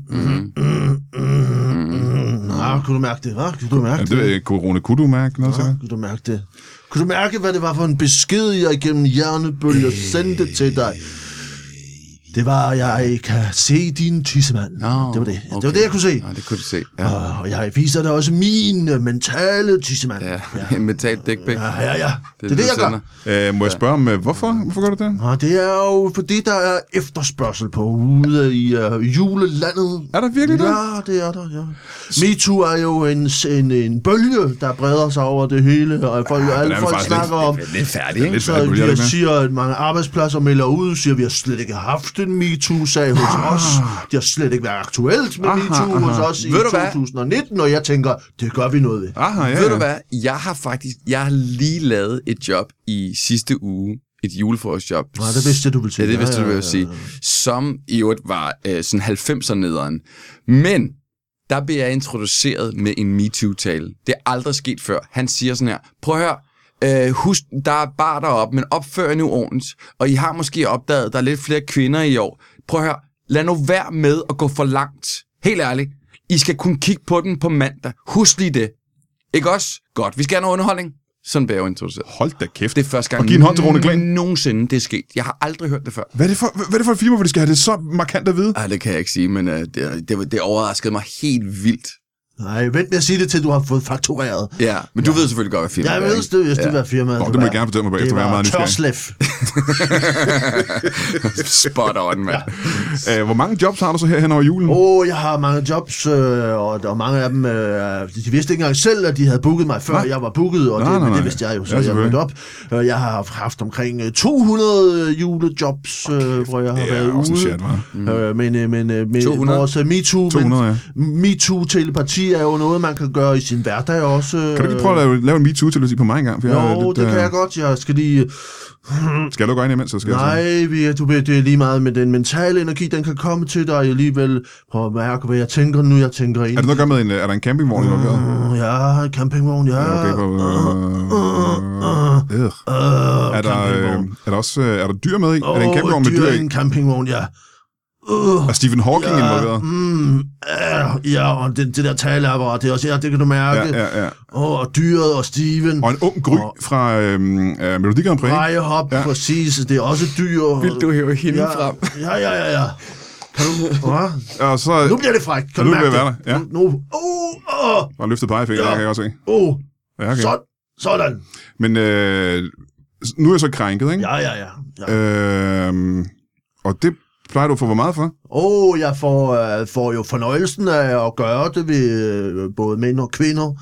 Kunne du mærke det, hva'? Kunne du mærke det? Corona, kunne du mærke noget til det? Kunne du mærke det? Kunne du mærke, hvad det var for en besked, jeg gennem hjernebølger sendte til dig? Det var, jeg kan se din tissemand. Det var det. Okay. Det var det, jeg kunne se. Ja, det kunne du se. Ja. Og jeg viser dig også min mentale tissemand. Ja, en mental dickpic. Ja. Det er det, jeg gør. Må jeg spørge om, hvorfor gør du det? Ja, det er jo, fordi der er efterspørgsel på ude i julelandet. Er der virkelig det? Ja, det er der, ja. MeToo er jo en bølge, der breder sig over det hele, og alle folk snakker om... Det er lidt færdigt, ikke? Så de siger, at mange arbejdspladser melder ud, siger, at vi har slet ikke haft en MeToo-sag hos os. Det har slet ikke været aktuelt med MeToo hos os i 2019, og jeg tænker, det gør vi noget ved. Ved du hvad? Jeg har lige lavet et job i sidste uge, et julefrokostjob. Nej, det vidste du ville sige. Ja, det vidste du ville sige. Som i øvrigt var sådan 90'er nederen. Men der blev jeg introduceret med en MeToo-tale. Det er aldrig sket før. Han siger sådan her, prøv at høre, husk, der er bar deroppe, men opfør nu ordentligt. Og I har måske opdaget, at der er lidt flere kvinder i år. Prøv at høre, lad nu være med at gå for langt. Helt ærligt. I skal kun kigge på den på mandag. Husk lige det. Ikke også? Godt, vi skal have noget underholdning. Sådan bliver jeg jo introduceret. Hold da kæft. Det er første gang og give en hånd til Rune Klan. Nogensinde det er sket. Jeg har aldrig hørt det før. Hvad er det for et firma, hvor de skal have det så markant at vide? Ej, det kan jeg ikke sige, men det overraskede mig helt vildt. Nej, vent med at sige det til, du har fået faktureret. Ja, men du ved selvfølgelig godt, hvad firmaet er. Jeg ved det, hvad firmaet er. Det må jeg gerne fortælle mig bagefter. Det var Tørslev. Spot on, mand. Hvor mange jobs har du så her hen over julen? Jeg har mange jobs, og mange af dem, de vidste ikke engang selv, at de havde booket mig, før jeg var booket, og det vidste jeg jo, så jeg mødte op. Jeg har haft omkring 200 julejobs, hvor jeg har været ude. Men vores MeToo-telepati er jo noget, man kan gøre i sin hverdag også. Kan du ikke prøve at lave en MeToo-telepati på mig engang? Jo, det kan jeg godt. Jeg skal lige... Skal du gå ind imens, så skal nej, det er lige meget med den mentale energi, den kan komme til dig alligevel. Prøv at mærke, hvad jeg tænker nu, jeg tænker ind. Er det noget at gøre med er der en campingvogn? Ja, en campingvogn, ja. Okay, er der dyr med i? Er det en campingvogn med dyr i? En campingvogn, ja. Er Stephen Hawking involveret? Ja, og det der taleapparat, det er også, det kan du mærke. Ja. Og dyret og Steven. Og en ung Gry fra Melodi Grand Prix. Rejehop, præcis. Det er også dyr. Vil du hæve hende frem? Ja. Kan du... Ja, så, nu bliver det frækt. Kan du mærke det? Ja. Nu. Og løftet pegefinger, kan jeg også se. Ja, okay. Sådan. Men nu er jeg så krænket, ikke? Ja. Og det plejer du at få hvor meget for? Jeg får jo fornøjelsen af at gøre det ved både mænd og kvinder.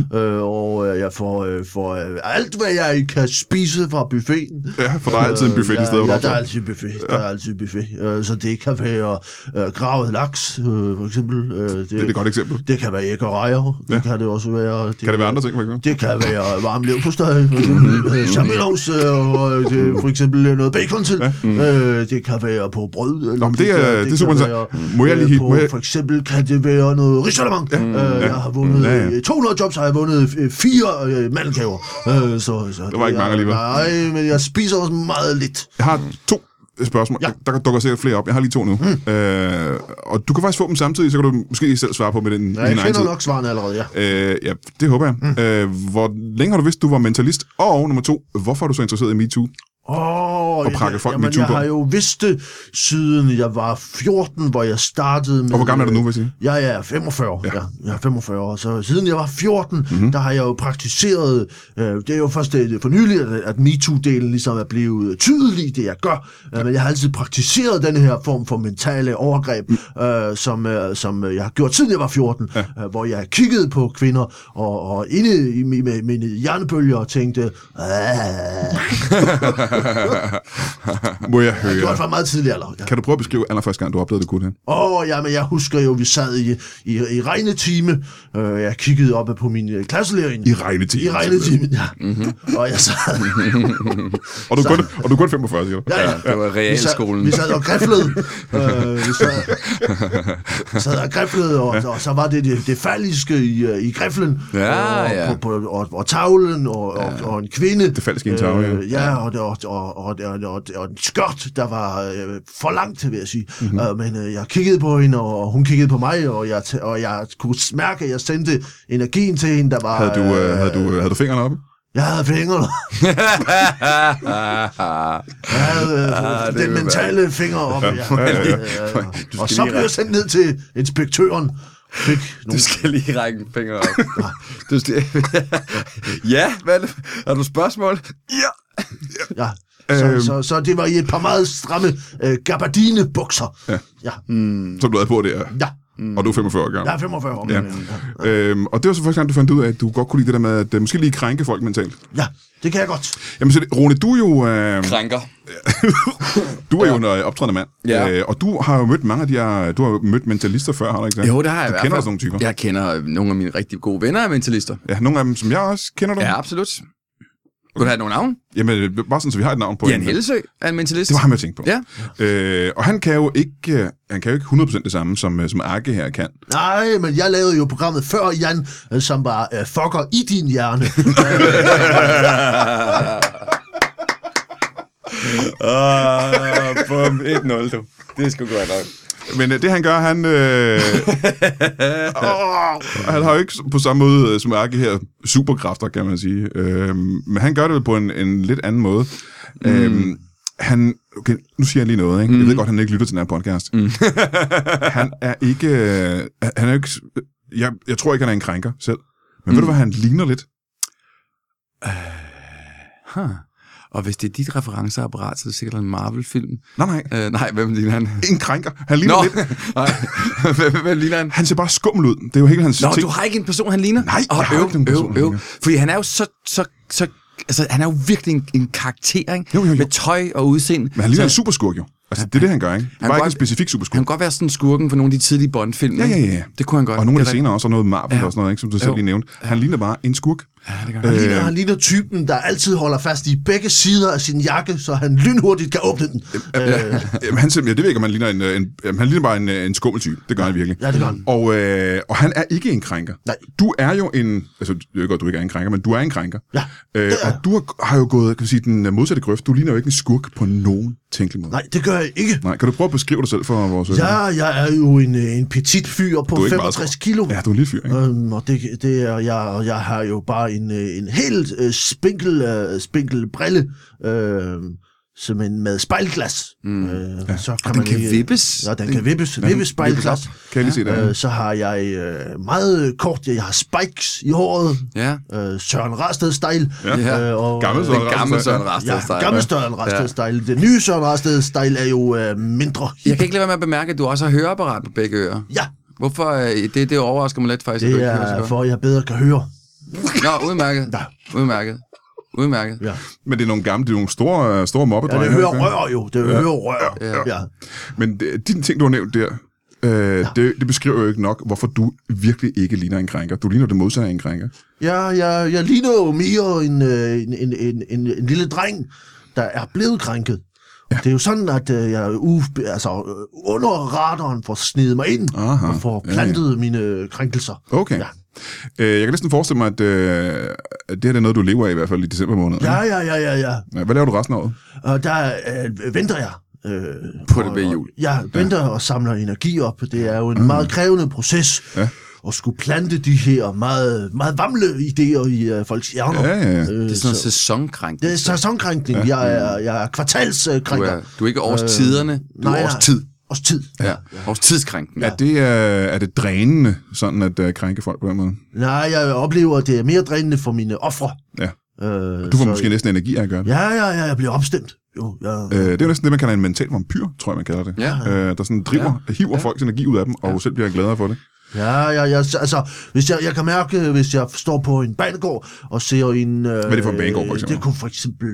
Og jeg får alt, hvad jeg kan spise fra buffeten. Ja, for der er altid en buffet i stedet. Ja, der er altid en buffet. Så det kan være gravet laks, for eksempel. Det er et godt eksempel. Det kan være æg og rejer. Det kan det også være. Kan det være andre ting, for eksempel? Det kan være varm leverpostej, champignons, for eksempel noget bacon til. Det kan være på brød. Nå, men det er super interessant. For eksempel kan det være noget risalemang. Jeg har vundet 200 jobs, har jeg vundet 4 mandelgaver. Det var ikke mange alligevel. Nej, men jeg spiser også meget lidt. Jeg har 2 spørgsmål. Ja. Der dukker sikkert flere op. Jeg har lige 2 nu. Og du kan faktisk få dem samtidig, så kan du måske selv svare på med den. Ja, jeg kender nok svarene allerede, ja. Det håber jeg. Hvor længe har du vidst, du var mentalist? Og nummer 2, hvorfor er du så interesseret i MeToo? Og prakke folk med jeg har jo vidst det, siden jeg var 14, hvor jeg startede med... Og hvor gammel er du nu, vil jeg sige? Jeg er 45. Ja. Jeg er 45, så siden jeg var 14, der har jeg jo praktiseret... det er jo først for nylig, at MeToo-delen ligesom er blevet tydelig, det jeg gør. Men jeg har altid praktiseret denne her form for mentale overgreb, som jeg har gjort siden jeg var 14, hvor jeg kiggede på kvinder og inde i mine hjernebølger og tænkte... Må jeg høre? Det var fra meget tidligere alder. Ja. Kan du prøve at beskrive allerførste gang, du oplevede det kun hen? Men jeg husker jo, vi sad i regnetime. Jeg kiggede op på min klasselærerinde. I regnetime? I regnetimen, ja. Og jeg sad... og du er kun 45, siger du? Ja, det var realskolen. Vi sad og griflede. Vi sad og griflede, og så var det falliske i griflen. Ja. Og tavlen, og en kvinde. Det falske i en tavle, ja. Og en skørt, der var for langt, vil jeg sige. Men jeg kiggede på hende, og hun kiggede på mig, og jeg kunne mærke, at jeg sendte energien til hende, der var... Havde du fingrene oppe? Jeg havde fingre. Jeg havde den mentale finger op. Og så blev jeg sendt ned til inspektøren. Du skal lige række en finger op. Du skal... Ja, hvad har du spørgsmål? Ja. Så det var i et par meget stramme gabardinebukser. Ja. Som du havde på det, ja. Og du er 45 år gammel. Jeg er 45 år. Ja. Og det var så første gang, du fandt ud af, at du godt kunne lide det der med, at måske lige krænke folk mentalt. Ja, det kan jeg godt. Jamen så Rune, du er jo... Krænker. Du er jo en optrædende mand. Ja. Og du har jo mødt mange af de her... Du har mødt mentalister før, har du ikke det? Jo, det har jeg i hvert fald. Du kender også nogle typer. Jeg kender nogle af mine rigtig gode venner af mentalister. Ja, nogle af dem, som jeg også kender dem. Ja, absolut. Vil du have nogle navn? Jamen, bare sådan, så vi har et navn på. Jan Hellesø er en mentalist. Det var ham, jeg tænkte på. Ja. Og han kan jo ikke 100% det samme, som Arke her kan. Nej, men jeg lavede jo programmet før, Jan, som var fucker i din hjerne. Bum, 1-0, du. Det er sgu godt nok. Men det han gør, han han har jo ikke på samme måde som Arke her superkræfter, kan man sige. Men han gør det på en lidt anden måde. Okay, nu siger jeg lige noget, ikke? Jeg ved godt, han ikke lytter til den her podcast. Han er ikke... Jeg tror ikke, han er en krænker selv. Men ved du, hvad han ligner lidt? Og hvis det er dit referenceapparat, så er det sikkert en Marvel-film. Nej. Nej, hvem ligner han? En krænker. Han ligner lidt... Nej, hvem ligner han? Han ser bare skummel ud. Det er jo helt hans ting. Du har ikke en person, han ligner? Nej, jeg har ikke en person, Fordi han er jo så altså, han er jo virkelig en karakter, ikke? Jo. Med tøj og udseende. Men han ligner en superskurk, jo. Altså, det er det, han gør, ikke? Bare ikke en specifik superskurk. Han kan godt være sådan skurken for nogle af de tidlige Bond-film. Ja. Det kunne han godt. Og nogle af de senere også, noget Marvel og sådan noget, ikke? Som du selv lige nævnte. Han ligner bare en skurk. Ja, det gør Han ligner typen, der altid holder fast i begge sider af sin jakke, så han lynhurtigt kan åbne den. Jamen, det ved ikke, om han ligner han ligner bare en skummeltype. Det gør han virkelig. Ja, det gør han. Og han er ikke en krænker. Nej. Du er jo en... Altså, det er godt, du ikke er en krænker, men du er en krænker. Ja, og du har jo gået, kan vi sige, den modsatte grøft. Du ligner jo ikke en skurk på nogen tænkelig måde. Nej, det gør jeg ikke. Nej, kan du prøve at beskrive dig selv for vores... Ja, jeg er jo en petit fyr på 65 kilo. Ja, du er en lille fyr, ikke? Og det er jeg har jo bare en helt spinkel brille, med spejlglas. Så kan den kan vippes. Ja, den kan vippes spejlglas. Kan jeg lige se det? Så har jeg meget kort, jeg har spikes i håret. Ja. Søren Rasted-style. Ja. Gammel Søren Rasted-style. Ja, gammel Søren Rasted-style. Den nye Søren Rasted-style er jo mindre. Jeg kan ikke lade være med at bemærke, at du også har høreapparat på begge ører. Ja. Hvorfor? Det overrasker mig lidt faktisk. Det er for, at jeg bedre kan høre. Nå, udmærket. Ja. Udmærket. Ja. Men det er nogle store mobbedrenge. Ja, det hører rør jo. Det hører rør. Ja. Men de ting, du har nævnt der, det beskriver jo ikke nok, hvorfor du virkelig ikke ligner en krænker. Du ligner det modsatte af en krænker. Ja, jeg ligner jo mere en lille dreng, der er blevet krænket. Ja. Det er jo sådan, at jeg under radaren får snedet mig ind og får plantet mine krænkelser. Okay. Ja. Jeg kan næsten forestille mig, at det er noget, du lever af i hvert fald i december måned. Ja. Hvad laver du resten af året? Der venter jeg. På det ved jul. Jeg venter og samler energi op. Det er jo en meget krævende proces. Ja. At skulle plante de her meget, meget vamle idéer i folks hjerner. Ja. Det er sådan en sæsonkrænkning. Det er sæsonkrænkning. Jeg er kvartalskrænker. Du er ikke årstiderne, du er årstid. Årstid. Ja. Årstidskrænkning. Er det drænende, sådan at krænke folk på den måde? Nej, jeg oplever, at det er mere drænende for mine ofre. Ja. Du får måske næsten energi af at gøre det. Ja, jeg bliver opstemt. Jo, det er jo næsten det, man kalder en mental vampyr, tror jeg, man kalder det. Ja. Der sådan hiver folks energi ud af dem, og selv bliver gladere for det. Ja, altså, hvis jeg kan mærke, hvis jeg står på en banegård og ser en... Hvad er det for en banegård, for eksempel? Det kunne for eksempel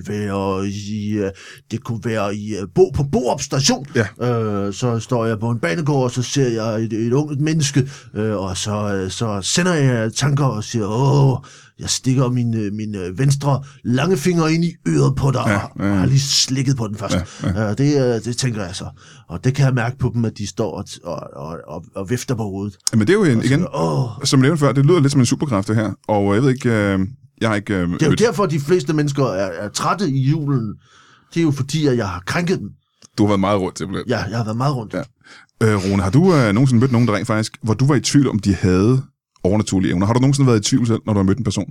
være i på Borup Station. Ja. Så står jeg på en banegård, og så ser jeg et ungt menneske, og så sender jeg tanker og siger, jeg stikker min venstre lange finger ind i øret på dig, og har lige slikket på den først. Det tænker jeg så. Og det kan jeg mærke på dem, at de står og vifter på hovedet. Men det er jo igen, som nævnt før, det lyder lidt som en superkraft det her, og jeg ved ikke, jeg har ikke... det er jo derfor, de fleste mennesker er trætte i julen. Det er jo fordi, at jeg har krænket dem. Du har været meget rundt, simpelthen. Ja, jeg har været meget rundt. Ja. Rune, har du nogensinde mødt nogen, der rent faktisk, hvor du var i tvivl om, de havde overnaturlige evner? Har du nogensinde været i tvivl selv, når du har mødt en person?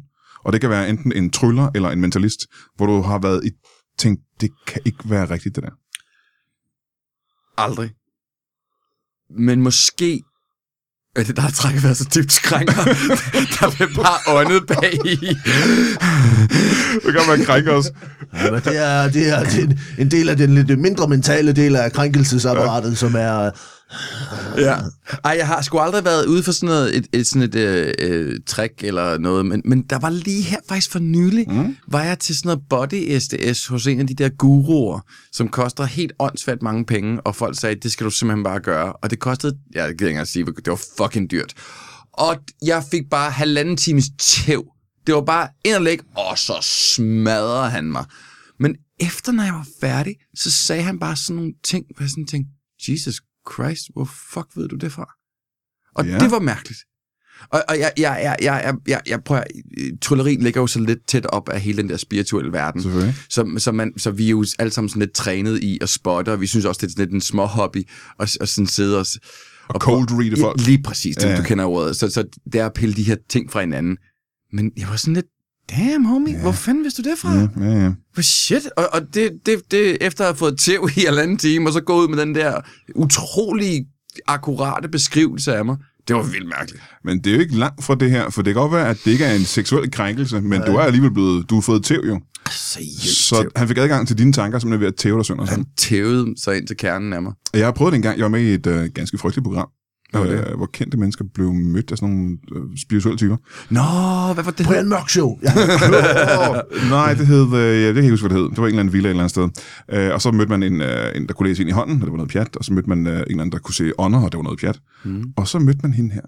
Og det kan være enten en tryller eller en mentalist, hvor du har været i tænkt, det kan ikke være rigtigt, det der. Aldrig. Men måske... Det der trækker været så dybt krænker. Der blev bare åndet bag i. Det kan man krænke os. Ja, men det er en del af den lidt mindre mentale del af krænkelsesapparatet, som er... Ja. Ej, jeg har sgu aldrig været ude for sådan noget, et trick eller noget, men der var lige her faktisk for nylig, var jeg til sådan noget body SDS hos en af de der guruer, som koster helt åndssvagt mange penge, og folk sagde, det skal du simpelthen bare gøre. Og det kostede, jeg gider ikke engang at sige, det var fucking dyrt. Og jeg fik bare 1,5 times tæv. Det var bare ind og læg, og så smadrede han mig. Men efter, når jeg var færdig, så sagde han bare sådan nogle ting, hvor jeg sådan tænkte, Jesus Christ, hvor fuck ved du det fra? Og det var mærkeligt. Og jeg prøver, trylleri ligger jo så lidt tæt op af hele den der spirituelle verden. Så vi er jo alle sammen sådan lidt trænet i at spotte, og vi synes også, det er sådan lidt en små hobby, og sådan sidde og cold read folk. Lige præcis, du kender ordet. Så det er at pille de her ting fra hinanden. Men jeg var sådan lidt, damn, homie, hvor fanden vidste du det fra? Ja. Hvor shit? Og det efter at have fået tæv i 1,5 time, og så gå ud med den der utrolig akkurate beskrivelse af mig, det var vildt mærkeligt. Men det er jo ikke langt fra det her, for det kan godt være, at det ikke er en seksuel krænkelse, men du er alligevel du har fået tæv jo. Så han fik adgang til dine tanker, som er ved at tæve dig sønder. Han tævede sig ind til kernen af mig. Jeg har prøvet det engang, jeg var med i et ganske frygteligt program, hvor kendte mennesker blev mødt af sådan nogle spirituelle typer. Nå, hvad var det? Brian Mørk Show. Nej, det hed, jeg kan ikke huske, hvad det hed. Det var en eller anden villa et eller andet sted. Og så mødte man en, der kunne læse ind i hånden, og det var noget pjat. Og så mødte man en eller anden, der kunne se ånder, og det var noget pjat. Og så mødte man hende her.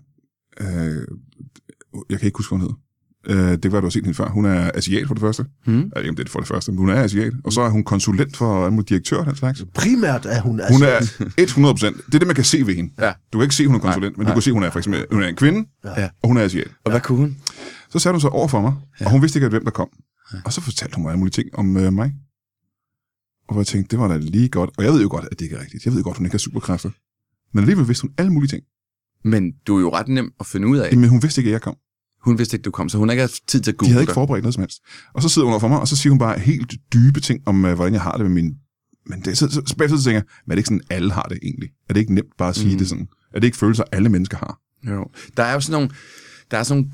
Jeg kan ikke huske, hvad hun hed. Det var du har set hende før. Hun er asiat for det første. Jeg ved ikke, om det er for det første, men hun er asiat. Og så er hun konsulent for direktør den slags. Primært er hun asiat. Hun er 100%. Det er det, man kan se ved hende. Ja. Du kan ikke se, at hun er konsulent, men du kan se, at hun er for eksempel hun er en kvinde, og hun er asiat. Og hvad kunne hun? Så satte hun sig over for mig, og hun vidste ikke, hvem der kom. Og så fortalte hun mig alle mulige ting om mig. Og jeg tænkte, det var da lige godt. Og jeg ved jo godt, at det ikke er rigtigt. Jeg ved godt, hun ikke har superkræfter. Men alligevel vidste hun alle mulige ting. Men du er jo ret nem at finde ud af. Men hun vidste ikke, at jeg kom. Hun vidste ikke, du kom, så hun har ikke haft tid til at google. De havde ikke forberedt noget som helst. Og så sidder hun over for mig, og så siger hun bare helt dybe ting om, hvordan jeg har det med min... Men det, så bagefter tænker jeg, men er det ikke sådan, alle har det egentlig? Er det ikke nemt bare at sige det sådan? Er det ikke følelser, alle mennesker har? Jo. Der er jo sådan nogle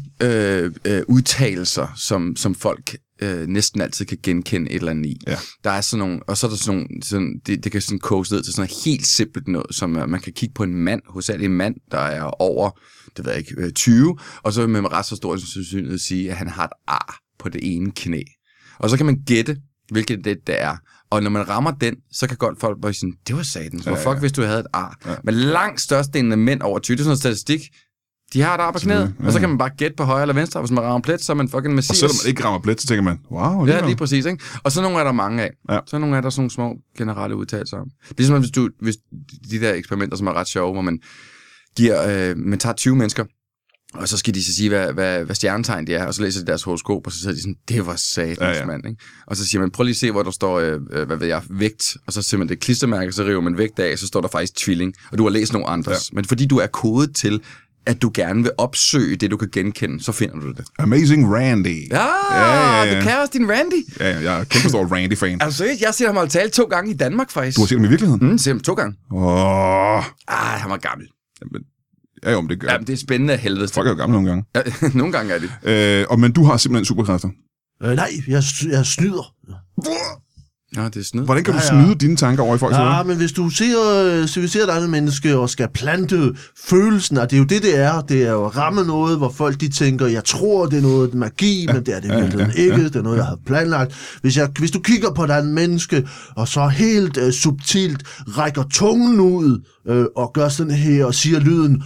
grundudtalelser, som folk næsten altid kan genkende et eller andet i. Ja. Der er sådan nogle, og så er der sådan det kan sådan koges ned til sådan noget helt simpelt noget, som man kan kigge på en mand, hovedsageligt en mand, der er over, det ved jeg ikke, 20, og så vil man med ret så stor sandsynlighed sige, at han har et ar på det ene knæ. Og så kan man gætte, hvilket det er. Og når man rammer den, så kan godt folk bare sige, det var satans. Hvor fuck, hvis du havde et ar. Ja. Men langt størstedelen af mænd over 20, det er sådan noget statistik, de har et ar på knæet, og så kan man bare gætte på højre eller venstre. Hvis man rammer plet, så er man fucking Messias. Og selvom man ikke rammer plet, så tænker man, wow. Ja, lige præcis, ikke? Og så nogle er der mange af. Ja. Så nogle er der sådan nogle små generelle udtalelser om. Det er som hvis de der eksperimenter, som er ret sjove, hvor man man tager 20 mennesker, og så skal de så sige, hvad stjernetegn de er, og så læser de deres horoskop, og så siger de sådan, det var satans, mand, ikke? Og så siger man, prøv lige at se, hvor der står, vægt, og så ser man det klistermærke, så river man vægt af, så står der faktisk tvilling, og du har læst nogle andres. Ja. Men fordi du er kodet til, at du gerne vil opsøge det, du kan genkende, så finder du det. Amazing Randy. Ja. Du kan også din Randy. Ja, jeg er kæmpe stor Randy-fan. Altså, jeg ser ham tale 2 gange i Danmark, faktisk. Du har set ham i virkeligheden? Ser ham 2 gange. Han var gammel. Jamen, ja, det gør. Jamen, det er spændende af helvede. Folk er jo gamle nogle gange. Ja, nogle gange er det. Men du har simpelthen superkræfter? Nej, jeg snyder. Ja, det er snyd. Hvordan kan du snyde dine tanker over i folks hoveder? Ja, men hvis du ser et andet menneske og skal plante følelsen, og det er jo det er. Det er jo at ramme noget, hvor folk de tænker, jeg tror, det er noget magi, men det er det virkelig ikke. Det er noget, jeg har planlagt. Hvis du kigger på et andet menneske, og så helt subtilt rækker tungen ud, og gør sådan her, og siger lyden,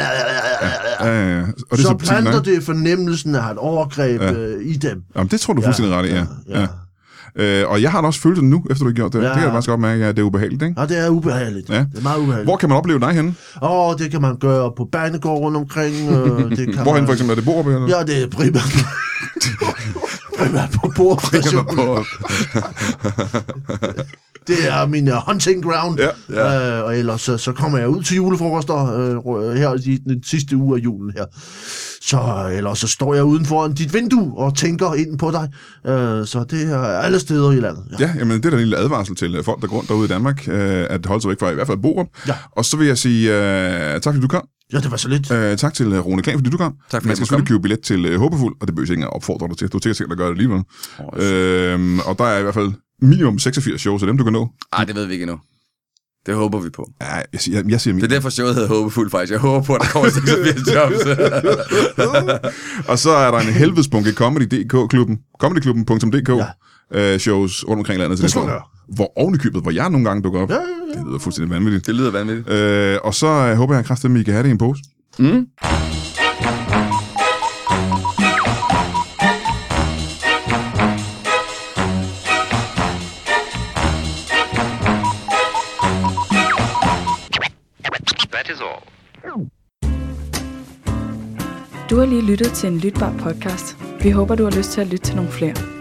og det så planter det fornemmelsen af et overgreb i dem. Jamen, det tror du fuldstændig ret i, ja. Og jeg har da også følt det nu, efter du har gjort det. Ja. Det kan jeg faktisk godt mærke, at det er ubehageligt, ikke? Ja, det er ubehageligt. Ja. Det er meget ubehageligt. Hvor kan man opleve dig henne? Det kan man gøre på banegård rundt omkring. Hvorhen for eksempel? Er det Borup? Ja, det er primært på Borup. Det er min hunting ground. Ja. Og ellers så kommer jeg ud til julefrokoster her i den sidste uge af julen her. Eller så står jeg uden foran dit vindue og tænker ind på dig. Så det er alle steder i landet. Ja, jamen det er da en lille advarsel til folk, der går rundt derude i Danmark, at holde sig væk fra i hvert fald Borup. Ja. Og så vil jeg sige tak, fordi du kom. Ja, det var så lidt. Tak til Rune Klan, fordi du kom. Tak for man skal selvfølgelig købe billet til Håbefuld, og det behøver ikke at opfordre dig til. Du er sikkert at gøre det alligevel. Og der er i hvert fald minimum 86 shows af dem, du kan nå. Ej, det ved vi ikke endnu. Det håber vi på. Ja, jeg siger minimum. Det er derfor showet hedder Håbefuld, faktisk. Jeg håber på, at der kommer 86 jobs. Og så er der en helvedesbunke Comedy.dk-klubben, comedyklubben.dk shows rundt omkring landet. Det hvor ovenikøbet, hvor jeg nogle gange dukker op. Ja. Det lyder fuldstændig vanvittigt. Det lyder vanvittigt. Og så håber jeg kraftigt, at I kan have det i en pose. Mm. That is all. Du har lige lyttet til en lytbar podcast. Vi håber, du har lyst til at lytte til nogle flere.